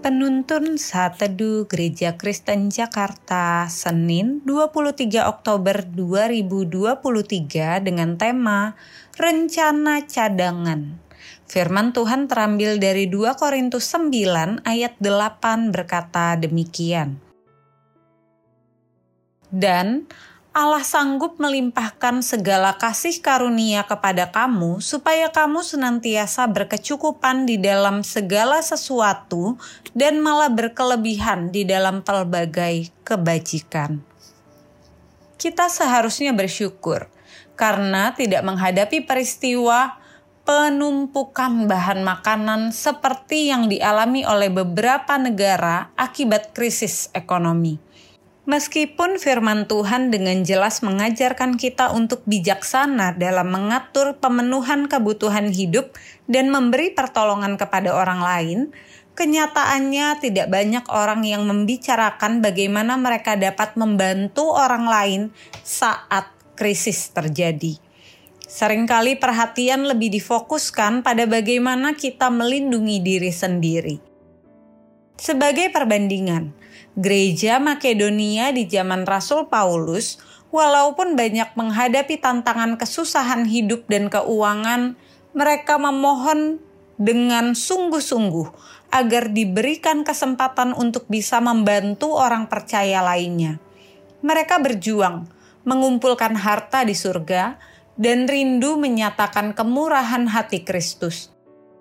Penuntun Saat Teduh Gereja Kristen Jakarta, Senin 23 Oktober 2023 dengan tema Rencana Cadangan. Firman Tuhan terambil dari 2 Korintus 9 ayat 8 berkata demikian. Dan Allah sanggup melimpahkan segala kasih karunia kepada kamu, supaya kamu senantiasa berkecukupan di dalam segala sesuatu dan malah berkelebihan di dalam pelbagai kebajikan. Kita seharusnya bersyukur karena tidak menghadapi peristiwa penumpukan bahan makanan seperti yang dialami oleh beberapa negara akibat krisis ekonomi. Meskipun firman Tuhan dengan jelas mengajarkan kita untuk bijaksana dalam mengatur pemenuhan kebutuhan hidup dan memberi pertolongan kepada orang lain, kenyataannya tidak banyak orang yang membicarakan bagaimana mereka dapat membantu orang lain saat krisis terjadi. Seringkali perhatian lebih difokuskan pada bagaimana kita melindungi diri sendiri. Sebagai perbandingan, Gereja Makedonia di zaman Rasul Paulus, walaupun banyak menghadapi tantangan kesusahan hidup dan keuangan, mereka memohon dengan sungguh-sungguh agar diberikan kesempatan untuk bisa membantu orang percaya lainnya. Mereka berjuang mengumpulkan harta di surga dan rindu menyatakan kemurahan hati Kristus.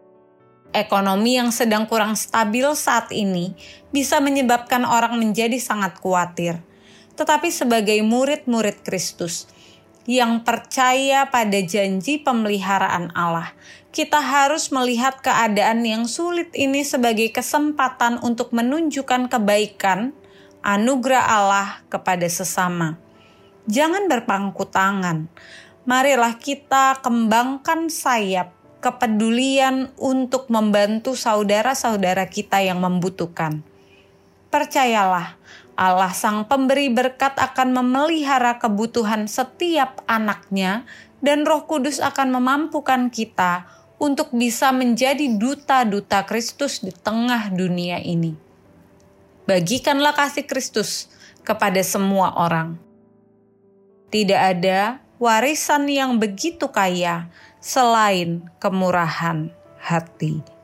Ekonomi yang sedang kurang stabil saat ini bisa menyebabkan orang menjadi sangat khawatir. Tetapi sebagai murid-murid Kristus yang percaya pada janji pemeliharaan Allah, kita harus melihat keadaan yang sulit ini sebagai kesempatan untuk menunjukkan kebaikan, anugerah Allah kepada sesama. Jangan berpangku tangan. Marilah kita kembangkan sayap kepedulian untuk membantu saudara-saudara kita yang membutuhkan. Percayalah, Allah Sang Pemberi Berkat akan memelihara kebutuhan setiap anaknya dan Roh Kudus akan memampukan kita untuk bisa menjadi duta-duta Kristus di tengah dunia ini. Bagikanlah kasih Kristus kepada semua orang. Tidak ada warisan yang begitu kaya selain kemurahan hati.